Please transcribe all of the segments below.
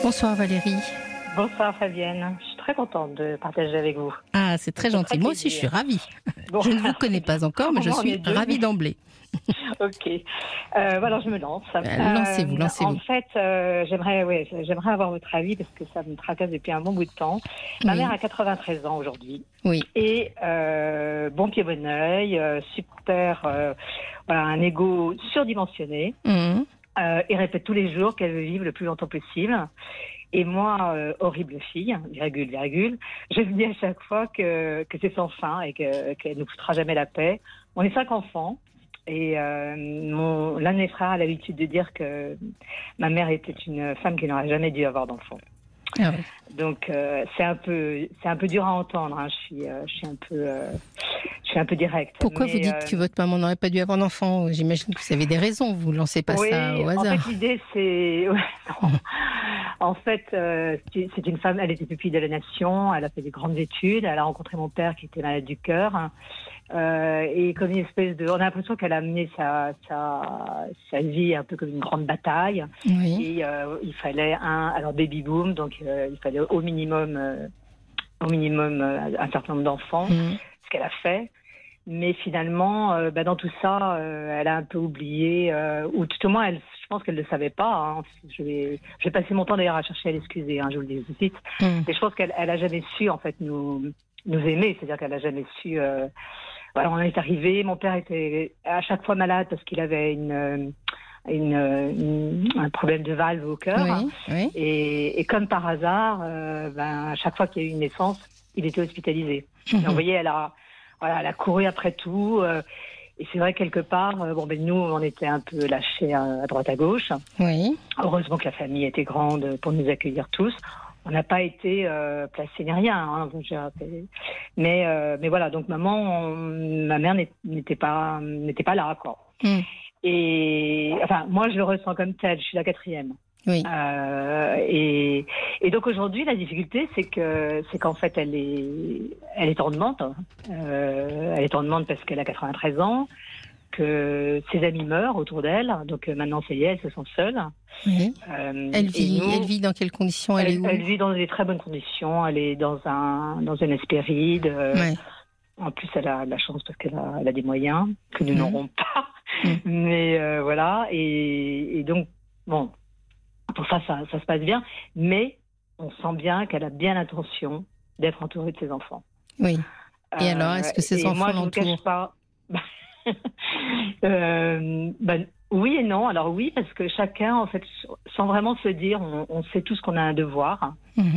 Bonsoir Valérie. Bonsoir Fabienne, je suis très contente de partager avec vous. Ah, c'est très gentil. Moi aussi, je suis ravie. Bon. Je ne vous connais pas encore, mais je suis ravie d'emblée. Ok. Alors, je me lance. Lancez-vous. En fait, j'aimerais avoir votre avis parce que ça me tracasse depuis un bon bout de temps. Ma mère a 93 ans aujourd'hui. Oui. Et bon pied, bon oeil, super, un ego surdimensionné. Et répète tous les jours qu'elle veut vivre le plus longtemps possible. Et moi, horrible fille, virgule, je me dis à chaque fois que c'est sans fin et qu'elle ne foutra jamais la paix. On est 5 enfants. Et l'un de mes frères a l'habitude de dire que ma mère était une femme qui n'aurait jamais dû avoir d'enfant. Ah oui. Donc c'est un peu dur à entendre. Hein. Je suis un peu directe. Pourquoi vous dites que votre maman n'aurait pas dû avoir d'enfant ? J'imagine que vous avez des raisons. Vous ne lancez pas ça au hasard. En fait, l'idée c'est en fait, c'est une femme. Elle était pupille de la Nation. Elle a fait des grandes études. Elle a rencontré mon père qui était malade du cœur. Et comme une espèce de, on a l'impression qu'elle a mené sa vie un peu comme une grande bataille. Oui. Et il fallait alors baby boom, donc il fallait au minimum un certain nombre d'enfants, ce qu'elle a fait. Mais finalement, dans tout ça, elle a un peu oublié, ou tout au moins, je pense qu'elle ne le savais pas. Hein. Je vais passer mon temps d'ailleurs à chercher à l'excuser, je vous le dis tout de suite. Et je pense qu'elle a jamais su en fait nous aimer, c'est-à-dire qu'elle a jamais su. On est arrivé. Mon père était à chaque fois malade parce qu'il avait un problème de valve au cœur. Oui. Et comme par hasard, à chaque fois qu'il y a eu une naissance, il était hospitalisé. Et vous voyez, elle a couru après tout. Et c'est vrai, quelque part, nous, on était un peu lâchés à droite à gauche. Oui. Heureusement que la famille était grande pour nous accueillir tous. On n'a pas été placés ni rien. Mais voilà, donc ma mère n'était pas là, quoi. Et enfin, moi, je le ressens comme tel. Je suis la 4e. Oui. Et donc aujourd'hui, la difficulté, c'est qu'en fait, elle est en demande. Elle est en demande parce qu'elle a 93 ans, que ses amis meurent autour d'elle. Donc maintenant, ça y est, elle se sent seule. Oui. Elle vit dans quelles conditions ? Elle est où ? Elle vit dans des très bonnes conditions. Elle est dans une Hespéride. Ouais. En plus, elle a de la chance parce qu'elle a des moyens que nous n'aurons pas. Mais voilà. Et donc, bon, pour ça se passe bien. Mais on sent bien qu'elle a bien l'intention d'être entourée de ses enfants. Oui. Et alors, est-ce que ses enfants l'entourent ? Moi, je ne vous cache pas. Oui et non. Alors oui, parce que chacun, en fait, sans vraiment se dire, on sait tous qu'on a un devoir.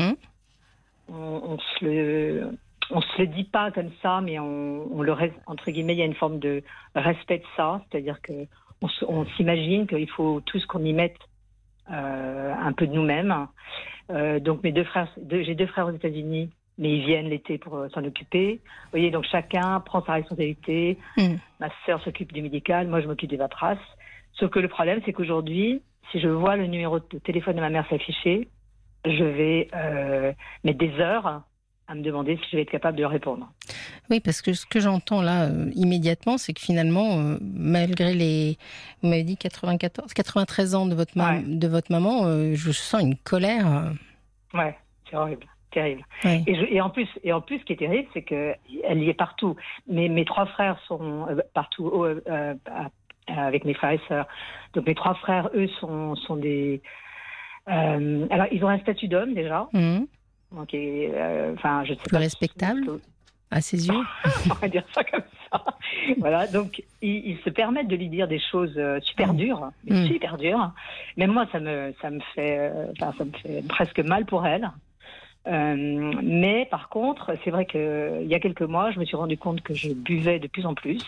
On se le dit pas comme ça, mais on le reste, entre guillemets, il y a une forme de respect de ça, c'est-à-dire que on s'imagine qu'il faut tous qu'on y mette un peu de nous-mêmes. Donc j'ai 2 frères aux États-Unis, mais ils viennent l'été pour s'en occuper. Vous voyez, donc chacun prend sa responsabilité. Ma sœur s'occupe du médical, moi je m'occupe des paperasses. Sauf que le problème, c'est qu'aujourd'hui, si je vois le numéro de téléphone de ma mère s'afficher, je vais mettre des heures à me demander si je vais être capable de répondre. Oui, parce que ce que j'entends là immédiatement, c'est que finalement, malgré vous m'avez dit 93 ans de votre maman, je sens une colère. Ouais, c'est horrible. Terrible. Ouais. Et en plus, ce qui est terrible, c'est qu'elle y est partout. Mes 3 frères sont partout avec mes frères et sœurs. Donc mes 3 frères, eux, sont des. Alors ils ont un statut d'homme déjà. Donc, je sais plus pas. respectable à ses yeux. On va dire ça comme ça. Voilà. Donc ils se permettent de lui dire des choses super dures, super dures. Même moi, ça me fait presque mal pour elle. Mais par contre, c'est vrai qu'il y a quelques mois, je me suis rendu compte que je buvais de plus en plus,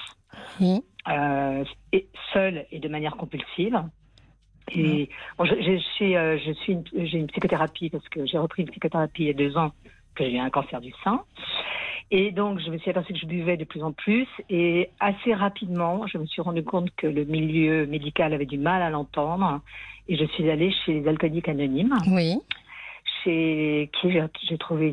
seule et de manière compulsive. Et j'ai une psychothérapie parce que j'ai repris une psychothérapie il y a 2 ans que j'ai eu un cancer du sein. Et donc, je me suis aperçue que je buvais de plus en plus. Et assez rapidement, je me suis rendu compte que le milieu médical avait du mal à l'entendre. Et je suis allée chez les Alcooliques Anonymes. Oui. Chez qui j'ai trouvé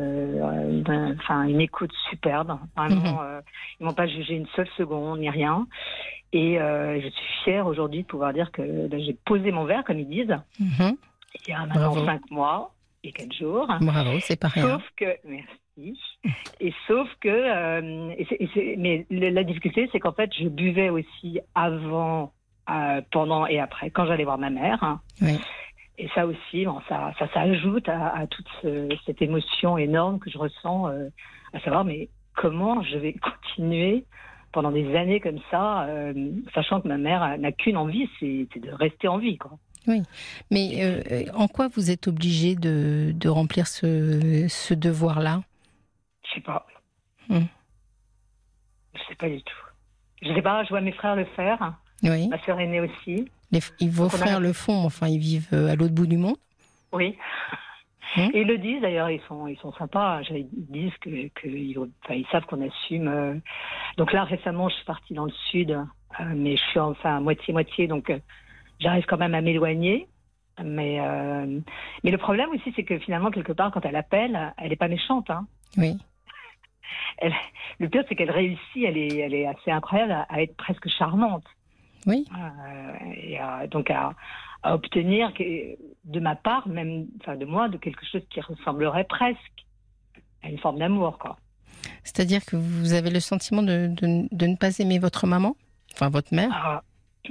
une écoute superbe. Vraiment, ils m'ont pas jugé une seule seconde, ni rien. Et je suis fière aujourd'hui de pouvoir dire que j'ai posé mon verre, comme ils disent. il y a maintenant 5 mois et 4 jours. Bravo, c'est pas rien. Sauf que, merci. Et sauf que, mais la difficulté, c'est qu'en fait, je buvais aussi avant, pendant et après, quand j'allais voir ma mère. Hein. Oui. Et ça aussi, bon, ça ajoute à toute cette émotion énorme que je ressens, à savoir, mais comment je vais continuer pendant des années comme ça, sachant que ma mère n'a qu'une envie, c'est de rester en vie, quoi. Oui, mais en quoi vous êtes obligé de remplir ce devoir-là ? Je sais pas. Je sais pas du tout. Je sais pas, je vois mes frères le faire. Oui. Ma sœur aînée aussi. Vos frères le font, enfin, ils vivent à l'autre bout du monde. Oui. Et ils le disent d'ailleurs, ils sont sympas. Ils disent ils savent qu'on assume. Donc là, récemment, je suis partie dans le sud, mais je suis enfin moitié-moitié, donc j'arrive quand même à m'éloigner. Mais le problème aussi, c'est que finalement, quelque part, quand elle appelle, elle n'est pas méchante. Hein. Oui. Le pire, c'est qu'elle réussit, elle est assez incroyable à être presque charmante. Oui. Donc à obtenir de ma part, même, enfin de moi, de quelque chose qui ressemblerait presque à une forme d'amour, quoi. C'est-à-dire que vous avez le sentiment de ne pas aimer votre maman, enfin votre mère.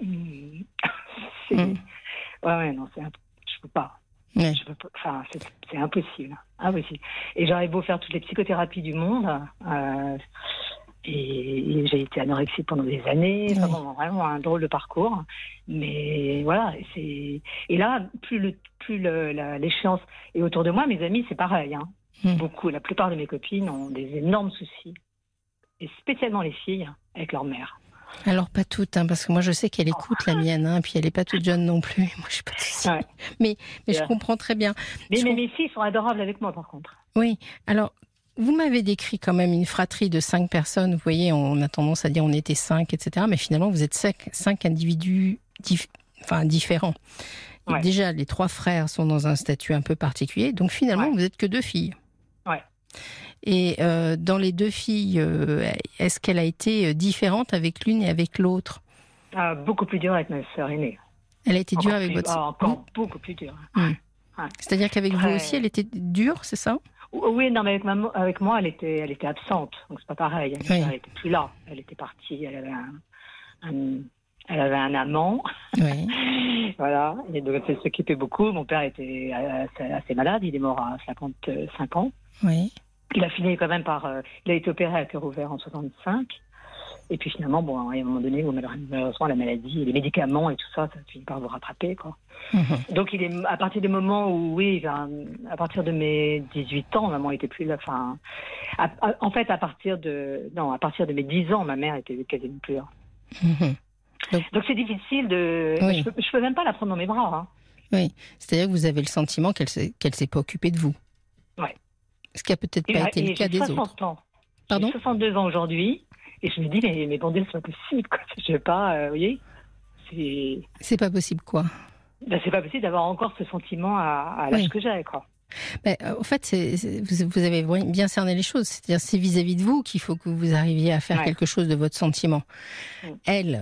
Ouais, non, je peux pas. Oui. Enfin, c'est impossible. Et j'aurais beau faire toutes les psychothérapies du monde, et j'ai été anorexique pendant des années, vraiment un drôle de parcours. Mais voilà, et là, plus l'échéance est autour de moi, mes amis, c'est pareil. Hein. Beaucoup, la plupart de mes copines ont des énormes soucis, et spécialement les filles avec leur mère. Alors pas toutes, hein, parce que moi je sais qu'elle écoute la mienne, hein, puis elle n'est pas toute jeune non plus. Moi je suis pas de soucis. Ouais. Mais je comprends très bien. Mais mes filles sont adorables avec moi par contre. Oui, alors vous m'avez décrit quand même une fratrie de 5 personnes. Vous voyez, on a tendance à dire on était 5, etc. Mais finalement vous êtes 5 individus différents. Ouais. Déjà les 3 frères sont dans un statut un peu particulier, donc finalement vous n'êtes que 2 filles. Ouais. Et dans les 2 filles, est-ce qu'elle a été différente avec l'une et avec l'autre ? Beaucoup plus dure avec ma sœur aînée. Elle a été dure avec votre sœur ? Encore beaucoup plus dure. C'est-à-dire qu'avec vous aussi, elle était dure, c'est ça ? Oui, non, mais avec moi, elle était absente, donc c'est pas pareil. Elle était plus là. Elle était partie. Elle avait un amant. Oui. Voilà. Et donc elle s'occupait beaucoup. Mon père était assez malade. Il est mort à 55 ans. Oui. Il a fini quand même il a été opéré à cœur ouvert en 65. Et puis finalement, à un moment donné, malheureusement, la maladie, les médicaments et tout ça, ça finit par vous rattraper, quoi. Donc à partir du moment où, à partir de mes 18 ans, maman était plus là. Enfin, en fait, à partir de mes 10 ans, ma mère était quasiment plus là. Donc c'est difficile je peux même pas la prendre dans mes bras. Hein. Oui, c'est-à-dire que vous avez le sentiment qu'elle s'est pas occupée de vous. Ouais. Ce qui a peut-être pas été le cas des autres. 60 ans. Pardon ? J'ai 62 ans aujourd'hui. Et je me dis, mais bon Dieu, c'est pas possible, quoi. Je vais pas, vous voyez, c'est pas possible, quoi. C'est pas possible d'avoir encore ce sentiment à l'âge que j'ai, quoi. En fait, vous avez bien cerné les choses. C'est-à-dire, c'est vis-à-vis de vous qu'il faut que vous arriviez à faire quelque chose de votre sentiment. Elle,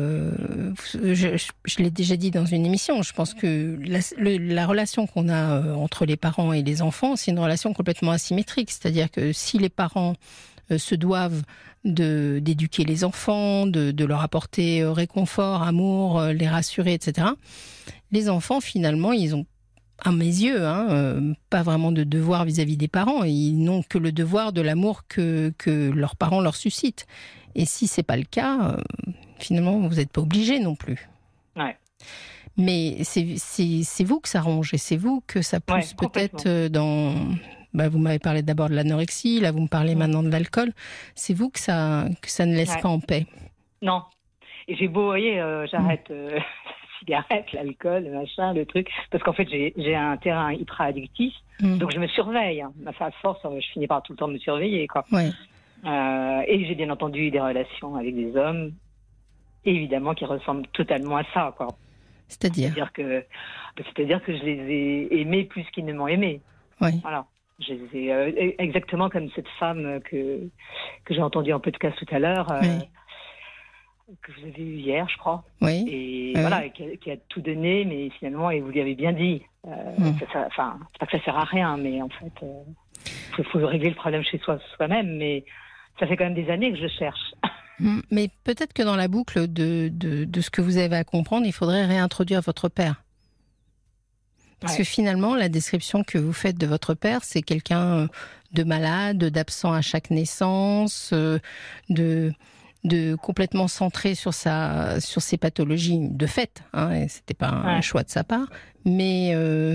je l'ai déjà dit dans une émission, je pense que la relation qu'on a entre les parents et les enfants, c'est une relation complètement asymétrique. C'est-à-dire que si les parents se doivent d'éduquer les enfants, de leur apporter réconfort, amour, les rassurer, etc. Les enfants, finalement, ils ont, à mes yeux, pas vraiment de devoir vis-à-vis des parents. Ils n'ont que le devoir de l'amour que leurs parents leur suscitent. Et si c'est pas le cas, finalement, vous n'êtes pas obligés non plus. Ouais. Mais c'est vous que ça ronge et c'est vous que ça pousse peut-être dans... vous m'avez parlé d'abord de l'anorexie, là vous me parlez maintenant de l'alcool. C'est vous que ça ne laisse pas en paix. Non. Et j'ai beau, vous voyez, j'arrête la cigarette, l'alcool, le machin, le truc, parce qu'en fait j'ai un terrain hyper addictif, donc je me surveille. Hein. À force, je finis par tout le temps me surveiller, quoi. Ouais. Et j'ai bien entendu des relations avec des hommes, évidemment, qui ressemblent totalement à ça, quoi. C'est-à-dire que je les ai aimés plus qu'ils ne m'ont aimé. Oui. Voilà. Je les ai exactement comme cette femme que j'ai entendue en podcast tout à l'heure. que vous avez eu hier, je crois. Oui. Et voilà, qui a tout donné, mais finalement, et vous lui avez bien dit. C'est pas que ça sert à rien, mais en fait, faut régler le problème chez soi-même. Mais ça fait quand même des années que je cherche. Mais peut-être que dans la boucle de ce que vous avez à comprendre, il faudrait réintroduire votre père. Parce que finalement, la description que vous faites de votre père, c'est quelqu'un de malade, d'absent à chaque naissance, de complètement centré sur ses pathologies de fait. Hein, et c'était pas un choix de sa part. Mais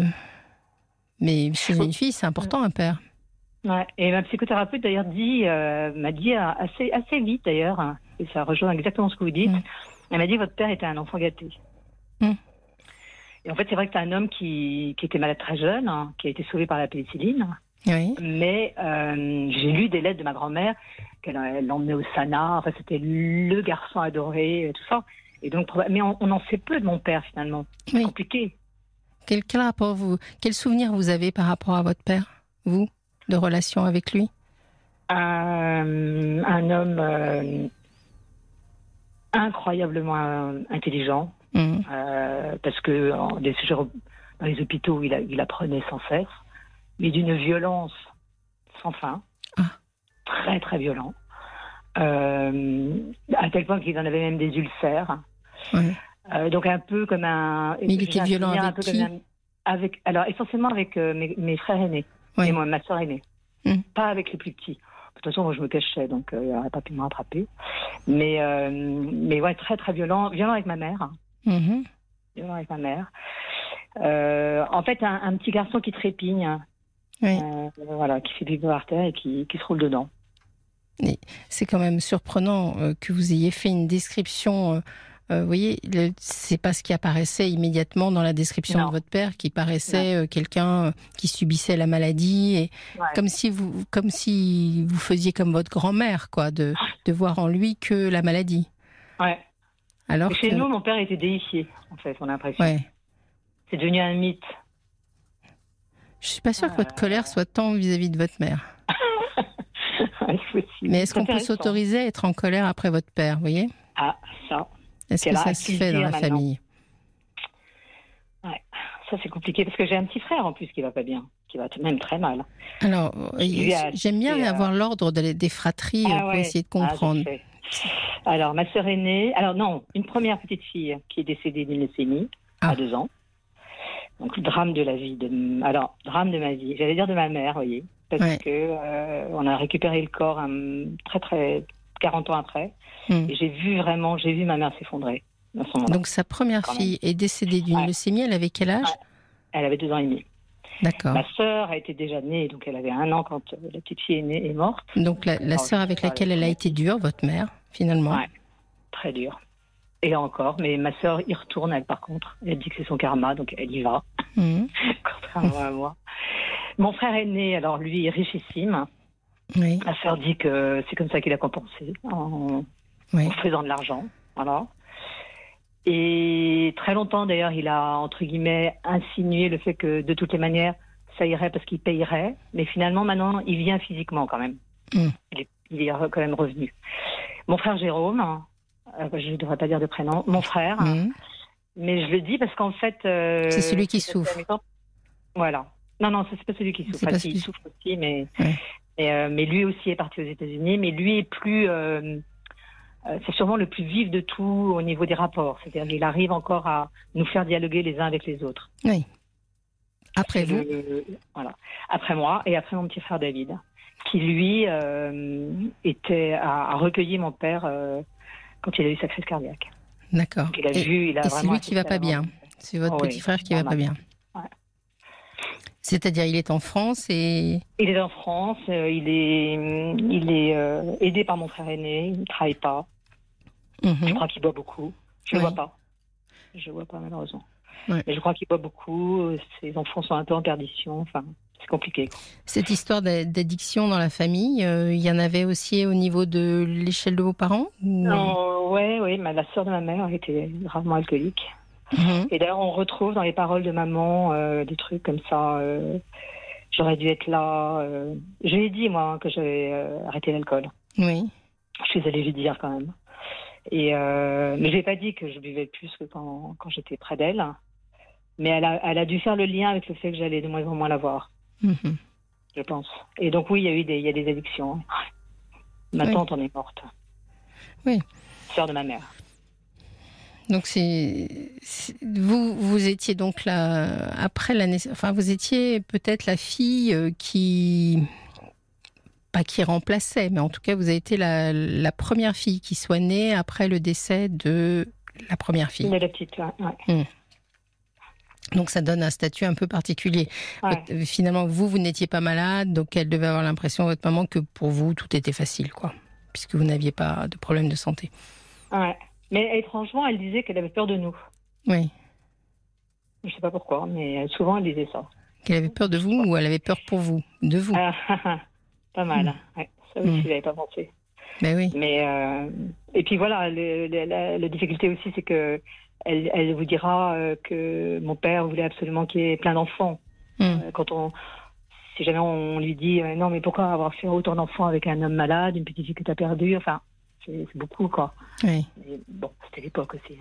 chez une fille, c'est important, un père. Ouais. Et ma psychothérapeute d'ailleurs m'a dit assez vite d'ailleurs, hein, et ça rejoint exactement ce que vous dites. Elle m'a dit votre père était un enfant gâté. Et en fait, c'est vrai que c'est un homme qui était malade très jeune, hein, qui a été sauvé par la pénicilline. Oui. Mais j'ai lu des lettres de ma grand-mère qu'elle l'emmenait au Sana. Enfin, c'était le garçon adoré, tout ça. Et donc, mais on en sait peu de mon père finalement. C'est compliqué. Quel souvenir vous avez par rapport à votre père, vous, de relation avec lui? Un homme incroyablement intelligent. Parce que dans les hôpitaux, il apprenait sans cesse, mais d'une violence sans fin, très très violent, à tel point qu'il en avait même des ulcères. Donc un peu comme un. Mais il était violent avec qui? Alors essentiellement avec mes frères aînés et moi, ma sœur aînée, pas avec les plus petits. De toute façon, moi je me cachais, donc il n'aurait pas pu me rattraper. Mais ouais, très très violent avec ma mère. Avec ma mère. En fait, un petit garçon qui trépigne, qui fait pipi par terre et qui se roule dedans. Et c'est quand même surprenant que vous ayez fait une description. Vous voyez, c'est pas ce qui apparaissait immédiatement dans la description de votre père, qui paraissait quelqu'un qui subissait la maladie, et comme si vous faisiez comme votre grand-mère, quoi, de voir en lui que la maladie. Ouais. Alors chez nous, mon père était déifié, en fait, on a l'impression. C'est devenu un mythe. Je suis pas sûre que votre colère soit tant vis-à-vis de votre mère. Mais est-ce qu'on peut s'autoriser à être en colère après votre père, vous voyez? Ah, ça. Est-ce que ça se fait dans la famille? Ouais, ça c'est compliqué, parce que j'ai un petit frère en plus qui va pas bien, qui va même très mal. Alors, j'aime bien avoir l'ordre des fratries pour essayer de comprendre. Alors, ma sœur aînée... Alors non, une première petite fille qui est décédée d'une leucémie à 2 ans. Donc, drame de ma vie. J'allais dire de ma mère, vous voyez. Parce que on a récupéré le corps très, très... 40 ans après. Et j'ai vu ma mère s'effondrer à ce moment-là. Donc, sa première fille est décédée d'une leucémie. Elle avait quel âge? Elle avait 2 ans et demi. D'accord. Ma sœur a été déjà née, donc elle avait 1 an quand la petite fille est morte. Donc la sœur avec laquelle elle a été dure, votre mère, finalement. Ouais, très dure. Et là encore, mais ma sœur y retourne, elle, par contre. Elle dit que c'est son karma, donc elle y va. Contrairement à moi. Mon frère aîné, alors lui, est richissime. Ma sœur dit que c'est comme ça qu'il a compensé, en faisant de l'argent. Voilà. Et très longtemps, d'ailleurs, il a, entre guillemets, insinué le fait que, de toutes les manières, ça irait parce qu'il payerait. Mais finalement, maintenant, il vient physiquement, quand même. Il est quand même revenu. Mon frère Jérôme, je ne devrais pas dire de prénom, mon frère, mais je le dis parce qu'en fait... c'est celui qui souffre. Voilà. Non, c'est pas celui qui souffre. Enfin, il souffre aussi, mais lui aussi est parti aux États-Unis. Mais lui est plus... c'est sûrement le plus vif de tout au niveau des rapports. C'est-à-dire qu'il arrive encore à nous faire dialoguer les uns avec les autres. Oui. Après vous. Voilà. Après moi et après mon petit frère David, qui lui a recueilli mon père quand il a eu sa crise cardiaque. D'accord. Et c'est lui qui va pas bien. C'est votre petit frère qui va pas bien. Ouais. C'est-à-dire, il est en France et... Il est en France, il est aidé par mon frère aîné, il ne travaille pas. Je crois qu'il boit beaucoup. Je ne le vois pas. Je ne vois pas, malheureusement. Mais je crois qu'il boit beaucoup, ses enfants sont un peu en perdition, enfin, c'est compliqué. Cette histoire d'addiction dans la famille, il y en avait aussi au niveau de l'échelle de vos parents? Oui, la sœur de ma mère était gravement alcoolique. Et d'ailleurs, on retrouve dans les paroles de maman des trucs comme ça. J'aurais dû être là. Je lui ai dit, moi, que j'avais arrêté l'alcool. Oui. Je suis allée lui dire quand même. Et mais je n'ai pas dit que je buvais plus que quand j'étais près d'elle. Mais elle a dû faire le lien avec le fait que j'allais de moins en moins la voir, je pense. Et donc oui, il y a des addictions. Ma tante en est morte. Oui. Sœur de ma mère. Donc vous étiez donc là après la naissance. Enfin, vous étiez peut-être la fille pas qui remplaçait, mais en tout cas vous avez été la première fille qui soit née après le décès de la première fille. De la petite, ouais. Donc ça donne un statut un peu particulier. Ouais. Finalement, vous n'étiez pas malade, donc elle devait avoir l'impression, votre maman, que pour vous tout était facile, quoi, puisque vous n'aviez pas de problème de santé. Ouais. Mais étrangement, elle disait qu'elle avait peur de nous. Oui. Je ne sais pas pourquoi, mais souvent elle disait ça. Qu'elle avait peur de vous ou elle avait peur pour vous? De vous. Pas mal. Ouais. Ça aussi, je n'avais pas pensé. Ben oui. Mais et puis voilà, la difficulté aussi, c'est que elle vous dira que mon père voulait absolument qu'il y ait plein d'enfants. Si jamais on lui dit non, mais pourquoi avoir fait autant d'enfants avec un homme malade, une petite fille que tu as perdue, enfin, c'est beaucoup, quoi. Oui. Mais bon, c'était l'époque aussi.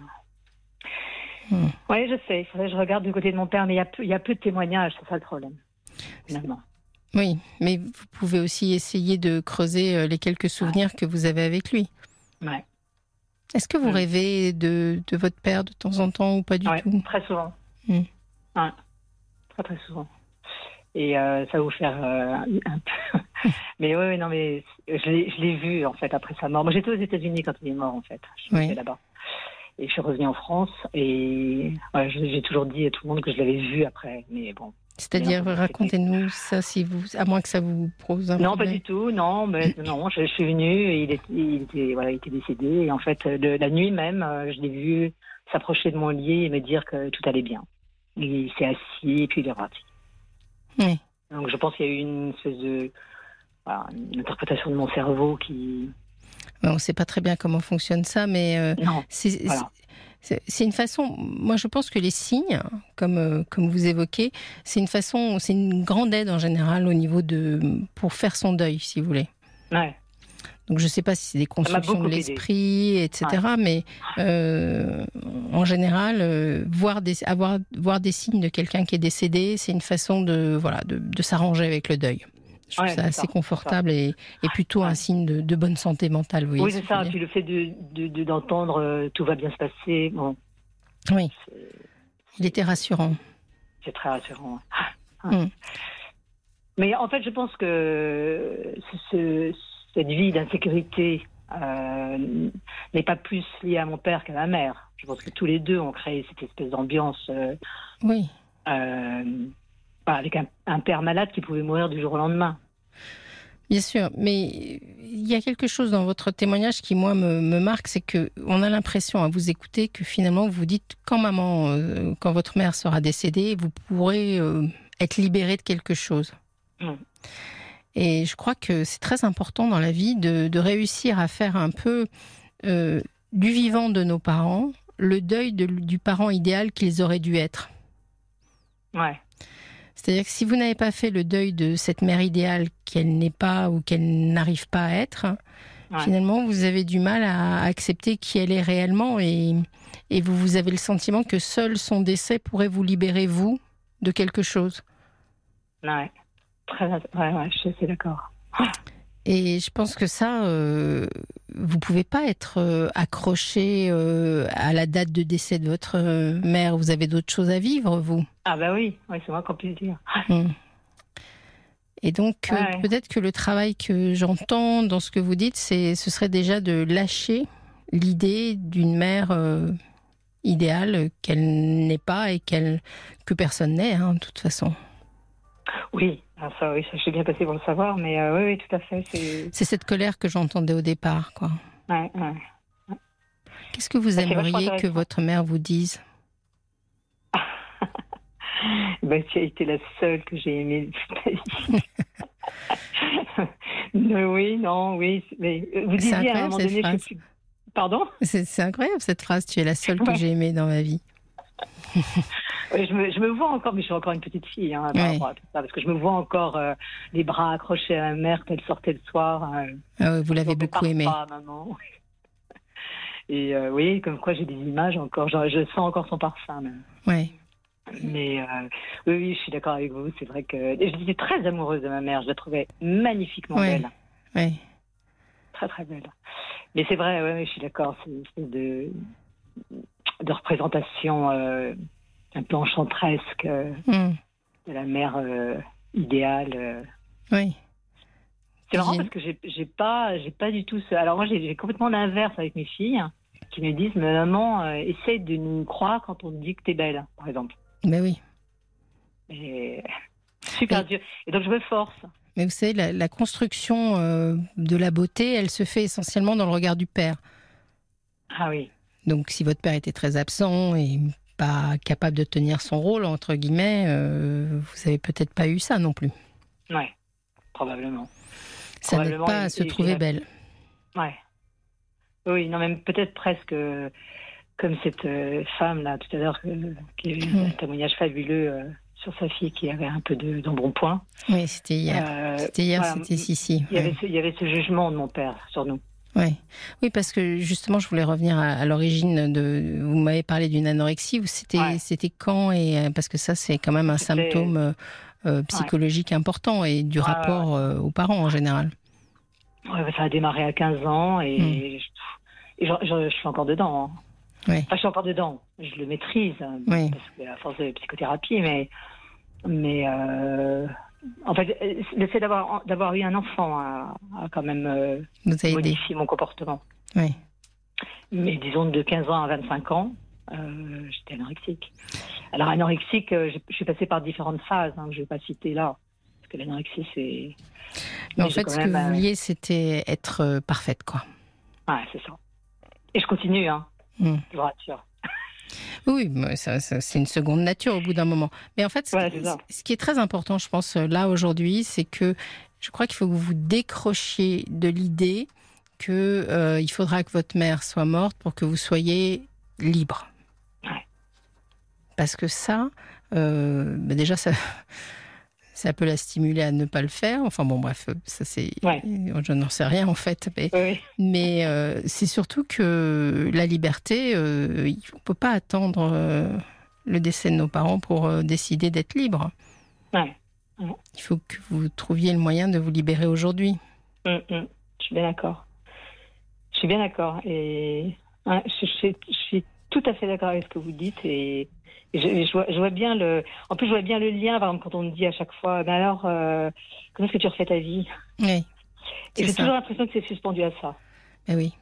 Oui, je sais. Je regarde du côté de mon père, mais il y a peu de témoignages, c'est ça le problème, finalement. Oui, mais vous pouvez aussi essayer de creuser les quelques souvenirs que vous avez avec lui. Ouais. Est-ce que vous rêvez de votre père de temps en temps ou pas du tout? Très souvent. Ouais. Très, très souvent. Et ça va vous faire un peu... Mais oui, non, mais je l'ai vu, en fait, après sa mort. Moi, j'étais aux États-Unis quand il est mort, en fait. Je suis là-bas. Et je suis revenue en France. Et j'ai toujours dit à tout le monde que je l'avais vu après. Mais bon... C'est-à-dire, racontez-nous ça, à moins que ça vous pose un problème. Non, pas du tout, non, je suis venue et il était décédé. Et en fait, la nuit même, je l'ai vu s'approcher de mon lit et me dire que tout allait bien. Il s'est assis et puis il est parti. Oui. Donc je pense qu'il y a eu une espèce de... une interprétation de mon cerveau qui... On ne sait pas très bien comment fonctionne ça, mais non, c'est une façon. Moi, je pense que les signes, comme vous évoquez, c'est une grande aide en général au niveau pour faire son deuil, si vous voulez. Ouais. Donc, je ne sais pas si c'est des constructions de l'esprit, etc. Mais en général, voir des signes de quelqu'un qui est décédé, c'est une façon de s'arranger avec le deuil. Je trouve ça assez confortable et plutôt un signe de bonne santé mentale. Oui, c'est ça. Et puis le fait d'entendre tout va bien se passer. Bon, oui, il était rassurant. C'est très rassurant. Mais en fait, je pense que cette vie d'insécurité n'est pas plus liée à mon père qu'à ma mère. Je pense que tous les deux ont créé cette espèce d'ambiance. Oui. Avec un père malade qui pouvait mourir du jour au lendemain. Bien sûr, mais il y a quelque chose dans votre témoignage qui, moi, me marque, c'est qu'on a l'impression, à vous écouter, que finalement, vous dites, quand votre mère sera décédée, vous pourrez être libéré de quelque chose. Et je crois que c'est très important dans la vie de réussir à faire un peu du vivant de nos parents, le deuil du parent idéal qu'ils auraient dû être. Ouais. C'est-à-dire que si vous n'avez pas fait le deuil de cette mère idéale qu'elle n'est pas ou qu'elle n'arrive pas à être, finalement, vous avez du mal à accepter qui elle est réellement et vous avez le sentiment que seul son décès pourrait vous libérer, vous, de quelque chose. Ouais, je suis assez d'accord. Et je pense que ça, vous pouvez pas être accroché à la date de décès de votre mère. Vous avez d'autres choses à vivre, vous. Ah bah oui, c'est moi qu'on peut dire. Et donc, peut-être que le travail que j'entends dans ce que vous dites, ce serait déjà de lâcher l'idée d'une mère idéale qu'elle n'est pas et que personne n'est, de toute façon. Oui. Ça, je suis bien passée pour le savoir, mais oui, tout à fait. C'est cette colère que j'entendais au départ, quoi. Ouais. Qu'est-ce que vous aimeriez que votre mère vous dise? Tu as été la seule que j'ai aimée de oui. Mais vous disiez à un moment donné... Pardon? C'est incroyable cette phrase, tu es la seule que j'ai aimée dans ma vie. Je me vois encore, mais je suis encore une petite fille par rapport à tout ça, parce que je me vois encore les bras accrochés à ma mère quand elle sortait le soir. Vous l'avez beaucoup aimée. Maman. vous voyez, comme quoi j'ai des images encore, je sens encore son parfum même. Oui. Mais oui, je suis d'accord avec vous. C'est vrai que j'étais très amoureuse de ma mère. Je la trouvais magnifiquement belle. Oui. Très, très belle. Mais c'est vrai, je suis d'accord. C'est une espèce de représentation un peu enchanteresque de la mère idéale. Oui. C'est marrant parce que j'ai pas du tout ça. Alors moi, j'ai complètement l'inverse avec mes filles qui me disent, mais maman, essaye de nous croire quand on te dit que t'es belle, par exemple. Ben oui. Et super dur. Et donc je me force. Mais vous savez, la construction de la beauté, elle se fait essentiellement dans le regard du père. Ah oui. Donc si votre père était très absent et pas capable de tenir son rôle, entre guillemets, vous n'avez peut-être pas eu ça non plus. Ouais, probablement. Ça n'aide pas à se trouver belle. Ouais. Oui, non, même peut-être presque comme cette femme-là, tout à l'heure, qui a eu un témoignage fabuleux sur sa fille qui avait un peu d'embonpoint. Oui, c'était hier. C'était Sissi. Il y avait ce jugement de mon père sur nous. Oui, parce que justement, je voulais revenir à l'origine de. Vous m'avez parlé d'une anorexie. C'était quand et parce que ça, c'est quand même un symptôme psychologique important et du rapport aux parents en général. Ça a démarré à 15 ans et je suis encore dedans. Hein. Oui. Enfin, je suis encore dedans. Je le maîtrise parce que à force de psychothérapie, mais en fait, le fait d'avoir eu un enfant a quand même modifié mon comportement. Oui. Mais disons de 15 ans à 25 ans, j'étais anorexique. Alors anorexique, je suis passée par différentes phases que je ne vais pas citer là, parce que l'anorexie c'est. Mais en fait, ce que vous vouliez, c'était être parfaite, quoi. Ouais, c'est ça. Et je continue, je vous rassure. Oui, mais ça, c'est une seconde nature au bout d'un moment. Mais en fait, ce qui est très important, je pense, là, aujourd'hui, c'est que je crois qu'il faut que vous décrochiez de l'idée qu'il faudra que votre mère soit morte pour que vous soyez libre. Ouais. Parce que ça, déjà, ça peut la stimuler à ne pas le faire. Enfin bon, bref, ça c'est... Je n'en sais rien en fait. Mais c'est surtout que la liberté, on ne peut pas attendre le décès de nos parents pour décider d'être libre. Ouais. Il faut que vous trouviez le moyen de vous libérer aujourd'hui. Je suis bien d'accord. Et je suis tout à fait d'accord avec ce que vous dites et... Je vois bien en plus, je vois bien le lien, par exemple, quand on me dit à chaque fois, mais alors, comment est-ce que tu refais ta vie? Oui. Et j'ai toujours l'impression que c'est suspendu à ça. Mais oui.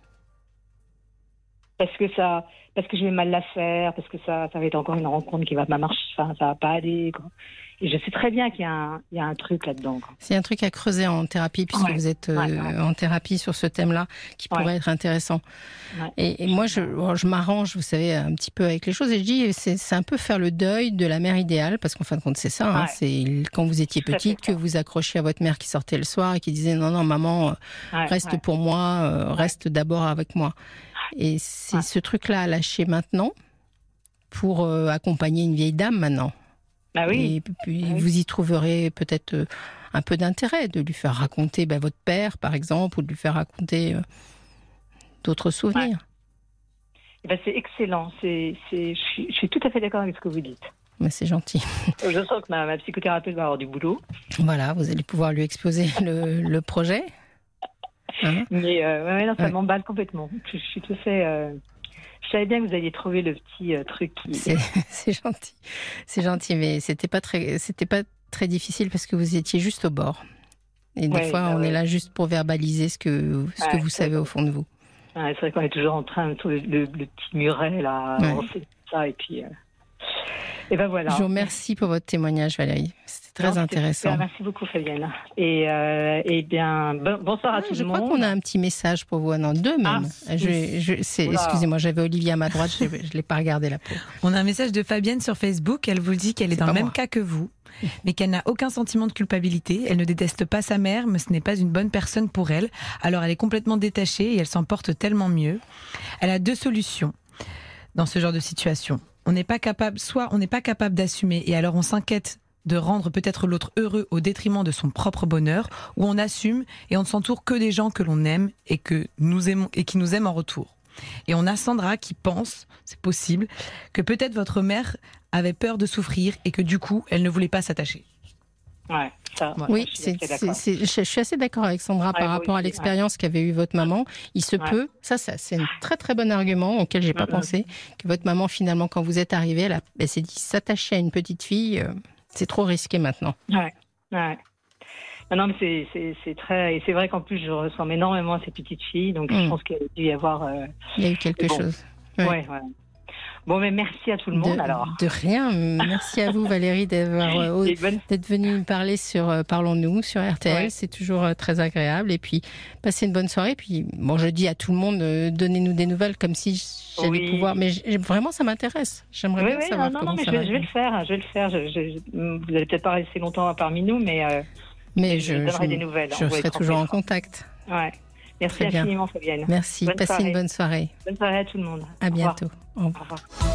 Parce que je vais mal la faire, parce que ça va être encore une rencontre qui va pas marcher, ça va pas aller, quoi. Et je sais très bien qu'il y a un truc là-dedans, quoi. C'est un truc à creuser en thérapie, puisque vous êtes en thérapie sur ce thème-là, qui pourrait être intéressant. Ouais. Et moi, je m'arrange, vous savez, un petit peu avec les choses, et je dis, c'est un peu faire le deuil de la mère idéale, parce qu'en fin de compte, c'est ça, c'est quand vous étiez petite, que vous accrochiez à votre mère qui sortait le soir et qui disait, non, maman, reste pour moi, reste d'abord avec moi. Et c'est ce truc-là à lâcher maintenant, pour accompagner une vieille dame maintenant. Bah oui. Et puis vous y trouverez peut-être un peu d'intérêt de lui faire raconter votre père, par exemple, ou de lui faire raconter d'autres souvenirs. C'est excellent. Je suis tout à fait d'accord avec ce que vous dites. Mais c'est gentil. Je sens que ma psychothérapeute va avoir du boulot. Voilà, vous allez pouvoir lui exposer le projet. Mais ça m'emballe complètement. Je suis tout fait... Je savais bien que vous alliez trouver le petit truc qui... C'est gentil, mais c'était pas très difficile parce que vous étiez juste au bord. Et des fois, on est là juste pour verbaliser ce que vous savez au fond de vous. C'est vrai qu'on est toujours en train de trouver le petit muret, là, avancer ça, et puis... Et ben voilà. Je vous remercie pour votre témoignage, Valérie. C'était très intéressant. Merci beaucoup, Fabienne. Et bien, bonsoir à tout le monde. Je crois qu'on a un petit message pour vous. Non, deux même. Excusez-moi, j'avais Olivier à ma droite, je ne l'ai pas regardé la peau. On a un message de Fabienne sur Facebook. Elle vous dit qu'elle est dans le même cas que vous, mais qu'elle n'a aucun sentiment de culpabilité. Elle ne déteste pas sa mère, mais ce n'est pas une bonne personne pour elle. Alors elle est complètement détachée et elle s'en porte tellement mieux. Elle a deux solutions dans ce genre de situation. On n'est pas capable d'assumer et alors on s'inquiète de rendre peut-être l'autre heureux au détriment de son propre bonheur, ou on assume et on ne s'entoure que des gens que l'on aime et que nous aimons et qui nous aiment en retour. Et on a Sandra qui pense, c'est possible, que peut-être votre mère avait peur de souffrir et que du coup, elle ne voulait pas s'attacher. Ouais, ça, oui, je suis assez d'accord avec Sandra par rapport à l'expérience qu'avait eue votre maman. Il se peut, ça c'est un très très bon argument auquel j'ai pas pensé, que votre maman finalement quand vous êtes arrivée, elle s'est dit s'attacher à une petite fille, c'est trop risqué maintenant. Ouais. Non, mais c'est très, et c'est vrai qu'en plus je ressemble énormément à ces petites filles, donc je pense qu'il y a dû y avoir. Il y a eu quelque chose. Ouais. Bon, mais merci à tout le monde alors. De rien. Merci à vous Valérie d'être venue nous parler sur Parlons-nous sur RTL. Ouais. C'est toujours très agréable. Et puis, passez une bonne soirée. Puis, bon, je dis à tout le monde, donnez-nous des nouvelles comme si j'allais pouvoir. Mais vraiment, ça m'intéresse. J'aimerais bien savoir comment ça va. Je vais le faire. Vous n'allez peut-être pas rester longtemps parmi nous, mais je donnerai des nouvelles. Je serai toujours en contact. Ouais. Merci infiniment, Fabienne. Merci. Passez une bonne soirée. Bonne soirée à tout le monde. À bientôt. Au revoir.